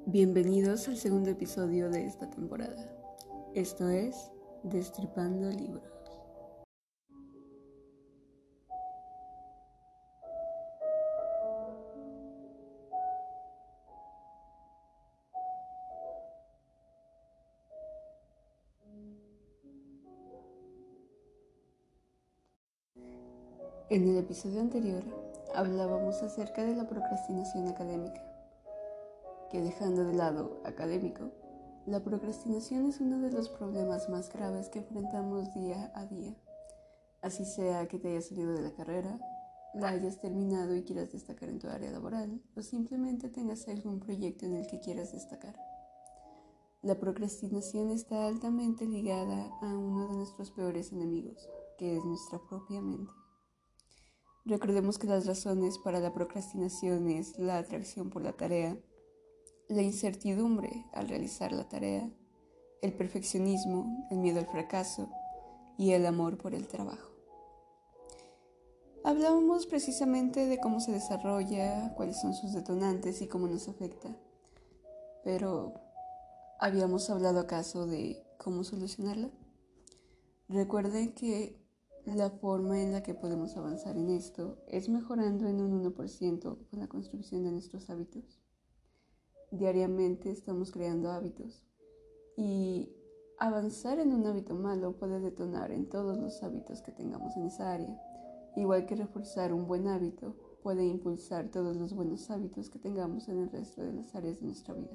Bienvenidos al segundo episodio de esta temporada. Esto es Destripando Libros. En el episodio anterior hablábamos acerca de la procrastinación académica, que dejando de lado académico, la procrastinación es uno de los problemas más graves que enfrentamos día a día. Así sea que te hayas salido de la carrera, la hayas terminado y quieras destacar en tu área laboral, o simplemente tengas algún proyecto en el que quieras destacar. La procrastinación está altamente ligada a uno de nuestros peores enemigos, que es nuestra propia mente. Recordemos que las razones para la procrastinación es la atracción por la tarea, la incertidumbre al realizar la tarea, el perfeccionismo, el miedo al fracaso y el amor por el trabajo. Hablábamos precisamente de cómo se desarrolla, cuáles son sus detonantes y cómo nos afecta. Pero, ¿habíamos hablado acaso de cómo solucionarla? Recuerden que la forma en la que podemos avanzar en esto es mejorando en un 1% con la construcción de nuestros hábitos. Diariamente estamos creando hábitos y avanzar en un hábito malo puede detonar en todos los hábitos que tengamos en esa área. Igual que reforzar un buen hábito puede impulsar todos los buenos hábitos que tengamos en el resto de las áreas de nuestra vida.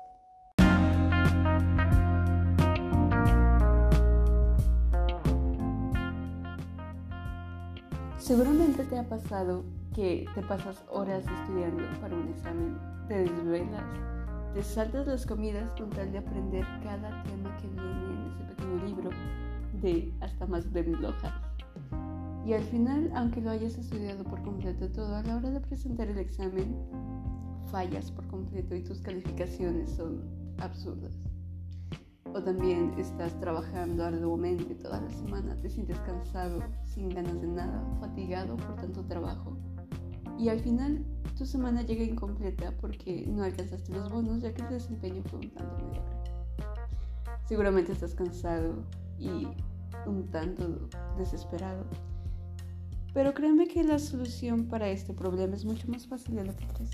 Seguramente te ha pasado que te pasas horas estudiando para un examen, te desvelas, te saltas las comidas con tal de aprender cada tema que viene en ese pequeño libro de hasta más de 1000 hojas. Y al final, aunque lo hayas estudiado por completo todo, a la hora de presentar el examen, fallas por completo y tus calificaciones son absurdas. O también estás trabajando arduamente toda la semana, te sientes cansado, sin ganas de nada, fatigado por tanto trabajo. Y al final tu semana llega incompleta porque no alcanzaste los bonos ya que el desempeño fue un tanto mediocre. Seguramente estás cansado y un tanto desesperado. Pero créeme que la solución para este problema es mucho más fácil de lo que crees.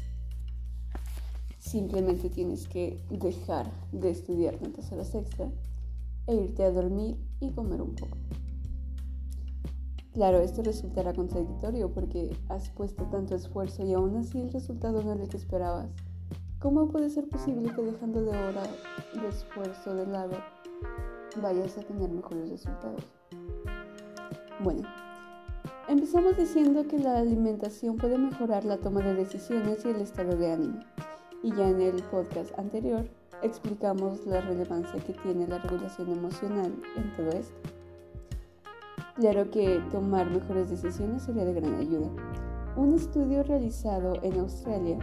Simplemente tienes que dejar de estudiar tantas horas extra e irte a dormir y comer un poco. Claro, esto resultará contradictorio porque has puesto tanto esfuerzo y aún así el resultado no es el que esperabas. ¿Cómo puede ser posible que dejando de horas de esfuerzo de lado vayas a tener mejores resultados? Bueno, empezamos diciendo que la alimentación puede mejorar la toma de decisiones y el estado de ánimo. Y ya en el podcast anterior explicamos la relevancia que tiene la regulación emocional en todo esto. Claro que tomar mejores decisiones sería de gran ayuda. Un estudio realizado en Australia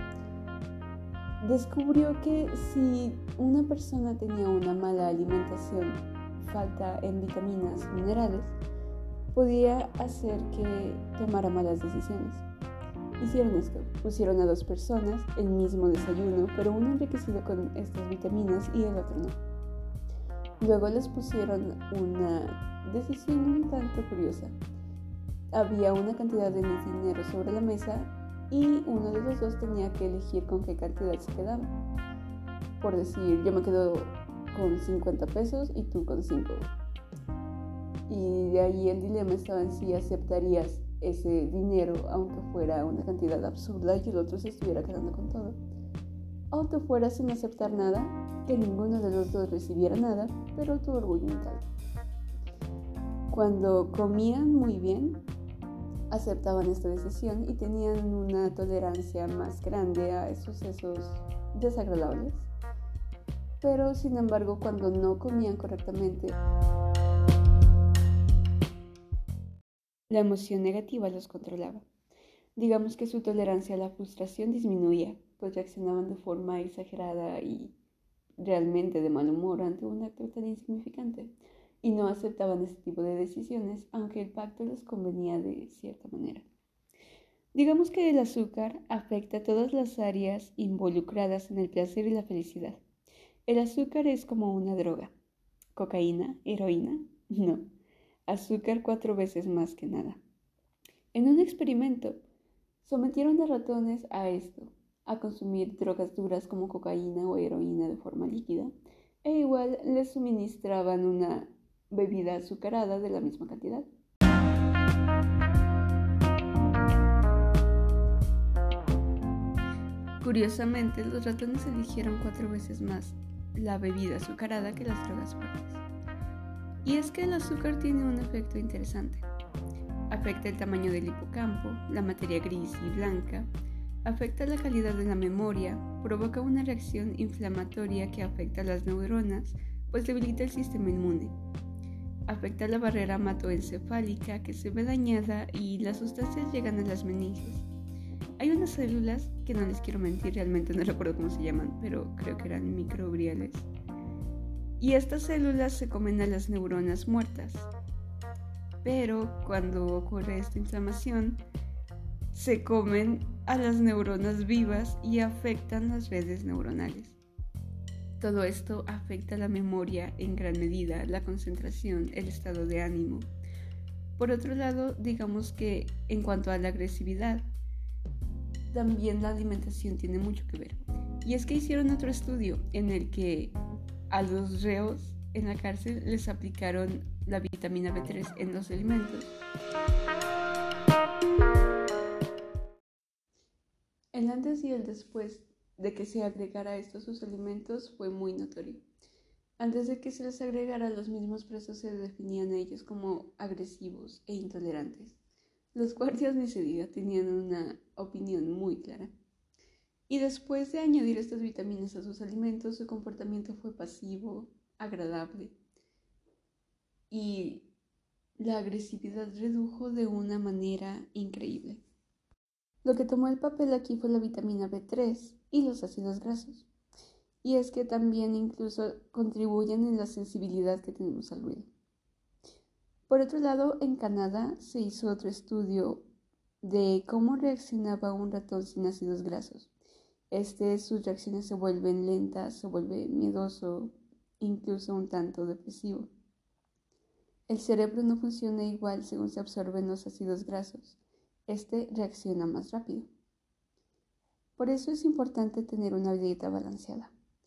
descubrió que si una persona tenía una mala alimentación, falta en vitaminas y minerales, podía hacer que tomara malas decisiones. Hicieron esto, pusieron a 2 personas el mismo desayuno, pero uno enriquecido con estas vitaminas y el otro no. Luego les pusieron una decisión un tanto curiosa. Había una cantidad de dinero sobre la mesa y uno de los dos tenía que elegir con qué cantidad se quedaba. Por decir, yo me quedo con 50 pesos y tú con 5. Y de ahí el dilema estaba en si aceptarías ese dinero aunque fuera una cantidad absurda y el otro se estuviera quedando con todo, o te fueras sin aceptar nada, que ninguno de los dos recibiera nada, pero tu orgullo mental. Cuando comían muy bien, aceptaban esta decisión y tenían una tolerancia más grande a sucesos desagradables, pero sin embargo cuando no comían correctamente, la emoción negativa los controlaba. Digamos que su tolerancia a la frustración disminuía, pues reaccionaban de forma exagerada y realmente de mal humor ante un acto tan insignificante, y no aceptaban este tipo de decisiones, aunque el pacto les convenía de cierta manera. Digamos que el azúcar afecta a todas las áreas involucradas en el placer y la felicidad. El azúcar es como una droga. ¿Cocaína? ¿Heroína? No. Azúcar 4 veces más que nada. En un experimento, sometieron a ratones a esto, a consumir drogas duras como cocaína o heroína de forma líquida, e igual les suministraban una bebida azucarada de la misma cantidad. Curiosamente, los ratones eligieron 4 veces más la bebida azucarada que las drogas fuertes. Y es que el azúcar tiene un efecto interesante. Afecta el tamaño del hipocampo, la materia gris y blanca, afecta la calidad de la memoria, provoca una reacción inflamatoria que afecta a las neuronas, pues debilita el sistema inmune. Afecta la barrera hematoencefálica que se ve dañada y las sustancias llegan a las meninges. Hay unas células que no les quiero mentir, realmente no recuerdo cómo se llaman, pero creo que eran microgliales. Y estas células se comen a las neuronas muertas. Pero cuando ocurre esta inflamación, se comen a las neuronas vivas y afectan las redes neuronales. Todo esto afecta la memoria en gran medida, la concentración, el estado de ánimo. Por otro lado, digamos que en cuanto a la agresividad, también la alimentación tiene mucho que ver. Y es que hicieron otro estudio en el que a los reos en la cárcel les aplicaron la vitamina B3 en los alimentos. El antes y el después de que se agregara esto a sus alimentos fue muy notorio. Antes de que se les agregara, los mismos presos se definían a ellos como agresivos e intolerantes. Los guardias ni se diga, tenían una opinión muy clara. Y después de añadir estas vitaminas a sus alimentos, su comportamiento fue pasivo, agradable. Y la agresividad redujo de una manera increíble. Lo que tomó el papel aquí fue la vitamina B3 y los ácidos grasos. Y es que también incluso contribuyen en la sensibilidad que tenemos al ruido. Por otro lado, en Canadá se hizo otro estudio de cómo reaccionaba un ratón sin ácidos grasos. Sus reacciones se vuelven lentas, se vuelve miedoso, incluso un tanto depresivo. El cerebro no funciona igual según se absorben los ácidos grasos. Reacciona más rápido. Por eso es importante tener una dieta balanceada.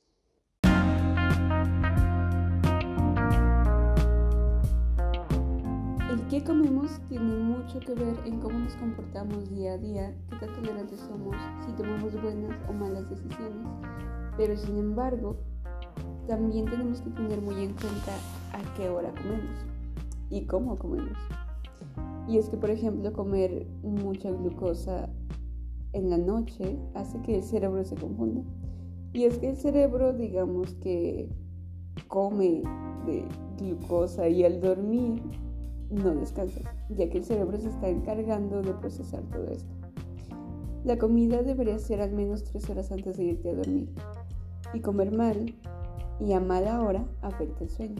El qué comemos tiene mucho que ver en cómo nos comportamos día a día, qué tan tolerantes somos, si tomamos buenas o malas decisiones. Pero sin embargo, también tenemos que tener muy en cuenta a qué hora comemos y cómo comemos. Y es que, por ejemplo, comer mucha glucosa en la noche hace que el cerebro se confunda. Y es que el cerebro, digamos que come de glucosa y al dormir no descansas, ya que el cerebro se está encargando de procesar todo esto. La comida debería ser al menos 3 horas antes de irte a dormir. Y comer mal y a mala hora afecta el sueño.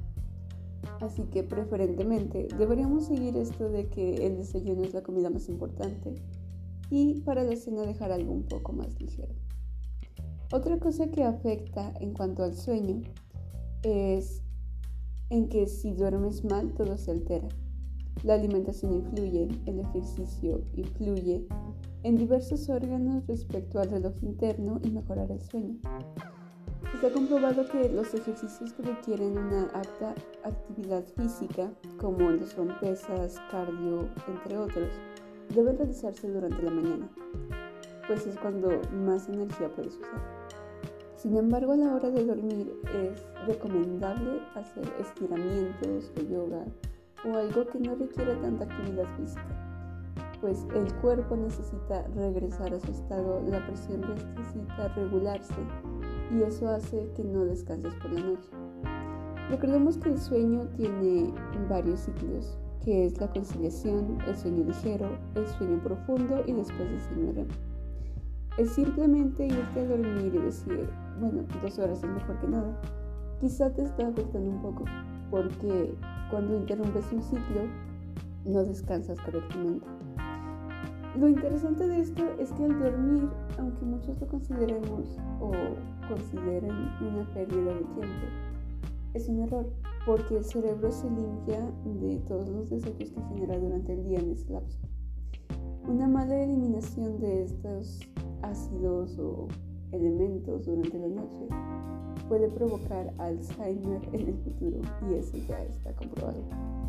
Así que preferentemente deberíamos seguir esto de que el desayuno es la comida más importante y para la cena dejar algo un poco más ligero. Otra cosa que afecta en cuanto al sueño es en que si duermes mal todo se altera. La alimentación influye, el ejercicio influye en diversos órganos respecto al reloj interno y mejorar el sueño. Está comprobado que los ejercicios que requieren una alta actividad física, como lo son pesas, cardio, entre otros, deben realizarse durante la mañana, pues es cuando más energía puedes usar. Sin embargo, a la hora de dormir es recomendable hacer estiramientos o yoga o algo que no requiera tanta actividad física, pues el cuerpo necesita regresar a su estado, la presión necesita regularse y eso hace que no descanses por la noche. Recordemos que el sueño tiene varios ciclos, que es la conciliación, el sueño ligero, el sueño profundo y después el sueño REM. Es simplemente irte a dormir y decir, 2 horas es mejor que nada. Quizá te está afectando un poco, porque cuando interrumpes un ciclo, no descansas correctamente. Lo interesante de esto es que al dormir, aunque muchos lo consideremos o consideren una pérdida de tiempo, es un error, porque el cerebro se limpia de todos los desechos que genera durante el día en ese lapso. Una mala eliminación de estos ácidos o elementos durante la noche puede provocar Alzheimer en el futuro, y eso ya está comprobado.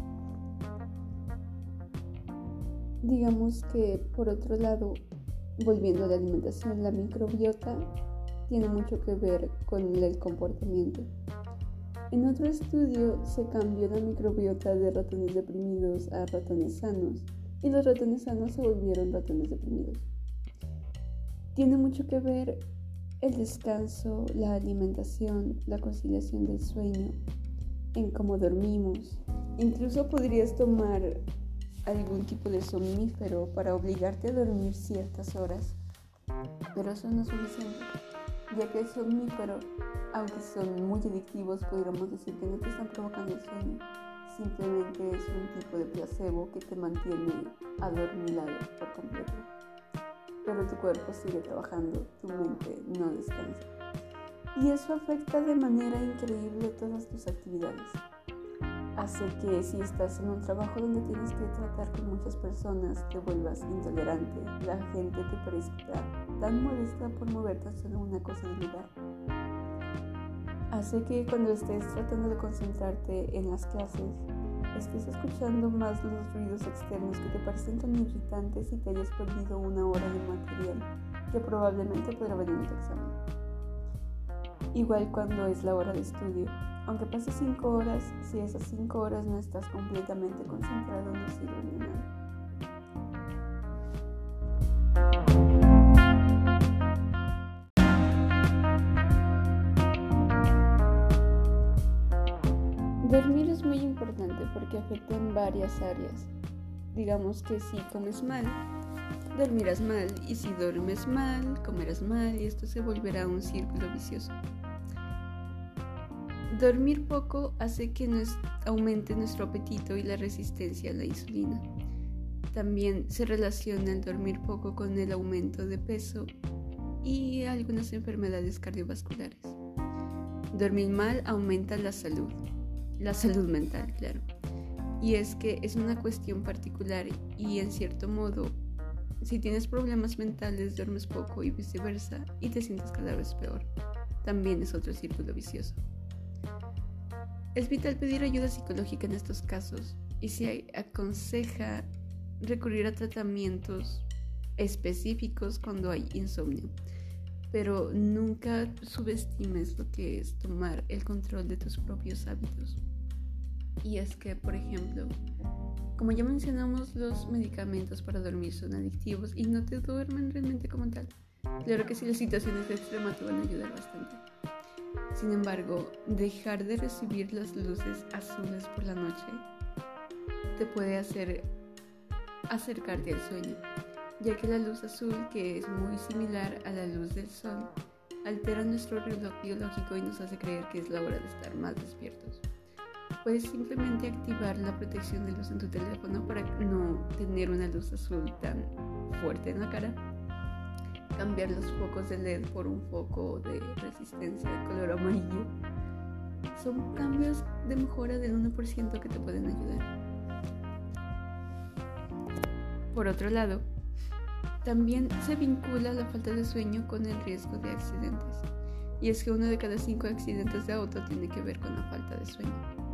Digamos que, por otro lado, volviendo a la alimentación, la microbiota tiene mucho que ver con el comportamiento. En otro estudio se cambió la microbiota de ratones deprimidos a ratones sanos, y los ratones sanos se volvieron ratones deprimidos. Tiene mucho que ver el descanso, la alimentación, la conciliación del sueño, en cómo dormimos. Incluso podrías tomar algún tipo de somnífero para obligarte a dormir ciertas horas, pero eso no es suficiente, ya que el somnífero, aunque son muy adictivos, podríamos decir que no te están provocando el sueño, simplemente es un tipo de placebo que te mantiene adormilado por completo, pero tu cuerpo sigue trabajando, tu mente no descansa, y eso afecta de manera increíble todas tus actividades. Hace que si estás en un trabajo donde tienes que tratar con muchas personas, te vuelvas intolerante, la gente te parezca tan molesta por moverte solo una cosa del lugar. Hace que cuando estés tratando de concentrarte en las clases, estés escuchando más los ruidos externos que te parecen tan irritantes y te hayas perdido una hora de material que probablemente podrá venir en tu examen. Igual cuando es la hora de estudio. Aunque pases 5 horas, si esas 5 horas no estás completamente concentrado, no sirve de nada. Dormir es muy importante porque afecta en varias áreas. Digamos que si comes mal, dormirás mal, y si duermes mal, comerás mal, y esto se volverá un círculo vicioso. Dormir poco hace que aumente nuestro apetito y la resistencia a la insulina. También se relaciona el dormir poco con el aumento de peso y algunas enfermedades cardiovasculares. Dormir mal aumenta la salud mental, claro. Y es que es una cuestión particular y en cierto modo, si tienes problemas mentales, duermes poco y viceversa y te sientes cada vez peor. También es otro círculo vicioso. Es vital pedir ayuda psicológica en estos casos y se aconseja recurrir a tratamientos específicos cuando hay insomnio, pero nunca subestimes lo que es tomar el control de tus propios hábitos. Y es que, por ejemplo, como ya mencionamos, los medicamentos para dormir son adictivos y no te duermen realmente como tal. Claro que si la situación es extrema te van a ayudar bastante. Sin embargo, dejar de recibir las luces azules por la noche te puede hacer acercarte al sueño, ya que la luz azul, que es muy similar a la luz del sol, altera nuestro reloj biológico y nos hace creer que es la hora de estar más despiertos. Puedes simplemente activar la protección de luz en tu teléfono para no tener una luz azul tan fuerte en la cara. Cambiar los focos de LED por un foco de resistencia de color amarillo. Son cambios de mejora del 1% que te pueden ayudar. Por otro lado, también se vincula la falta de sueño con el riesgo de accidentes. Y es que 1 de cada 5 accidentes de auto tiene que ver con la falta de sueño.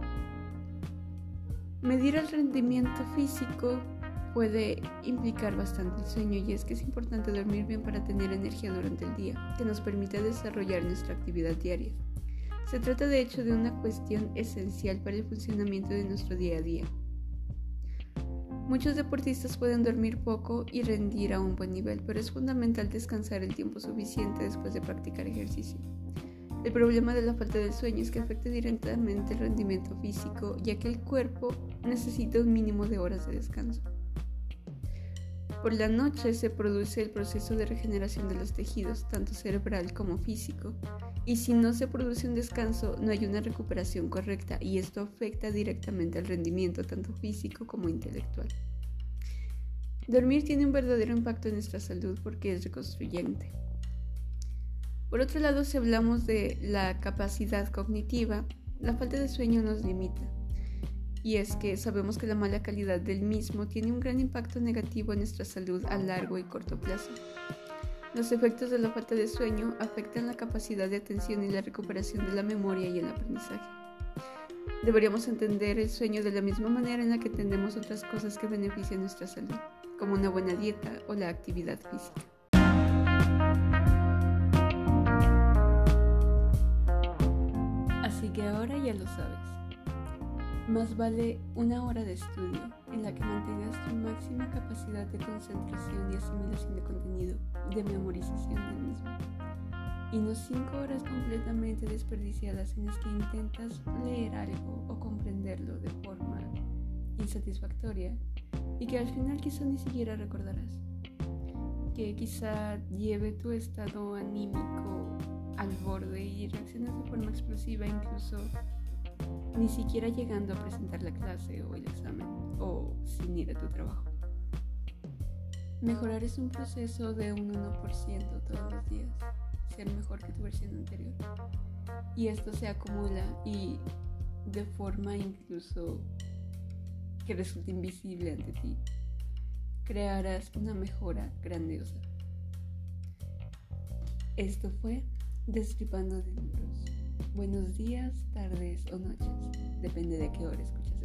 Medir el rendimiento físico puede implicar bastante el sueño, y es que es importante dormir bien para tener energía durante el día, que nos permita desarrollar nuestra actividad diaria. Se trata de hecho de una cuestión esencial para el funcionamiento de nuestro día a día. Muchos deportistas pueden dormir poco y rendir a un buen nivel, pero es fundamental descansar el tiempo suficiente después de practicar ejercicio. El problema de la falta de sueño es que afecta directamente el rendimiento físico, ya que el cuerpo necesita un mínimo de horas de descanso. Por la noche se produce el proceso de regeneración de los tejidos, tanto cerebral como físico, y si no se produce un descanso, no hay una recuperación correcta, y esto afecta directamente al rendimiento tanto físico como intelectual. Dormir tiene un verdadero impacto en nuestra salud porque es reconstruyente. Por otro lado, si hablamos de la capacidad cognitiva, la falta de sueño nos limita. Y es que sabemos que la mala calidad del mismo tiene un gran impacto negativo en nuestra salud a largo y corto plazo. Los efectos de la falta de sueño afectan la capacidad de atención y la recuperación de la memoria y el aprendizaje. Deberíamos entender el sueño de la misma manera en la que entendemos otras cosas que benefician nuestra salud, como una buena dieta o la actividad física. Así que ahora ya lo sabes. Más vale una hora de estudio en la que mantengas tu máxima capacidad de concentración y asimilación de contenido, de memorización del mismo, y no 5 horas completamente desperdiciadas en las que intentas leer algo o comprenderlo de forma insatisfactoria y que al final quizá ni siquiera recordarás, que quizá lleve tu estado anímico al borde y reaccionas de forma explosiva, incluso ni siquiera llegando a presentar la clase o el examen, o sin ir a tu trabajo. Mejorar es un proceso de un 1% todos los días, ser mejor que tu versión anterior. Y esto se acumula y de forma incluso que resulte invisible ante ti, crearás una mejora grandiosa. Esto fue Destripando de Libros. Buenos días, tardes o noches, depende de qué hora escuches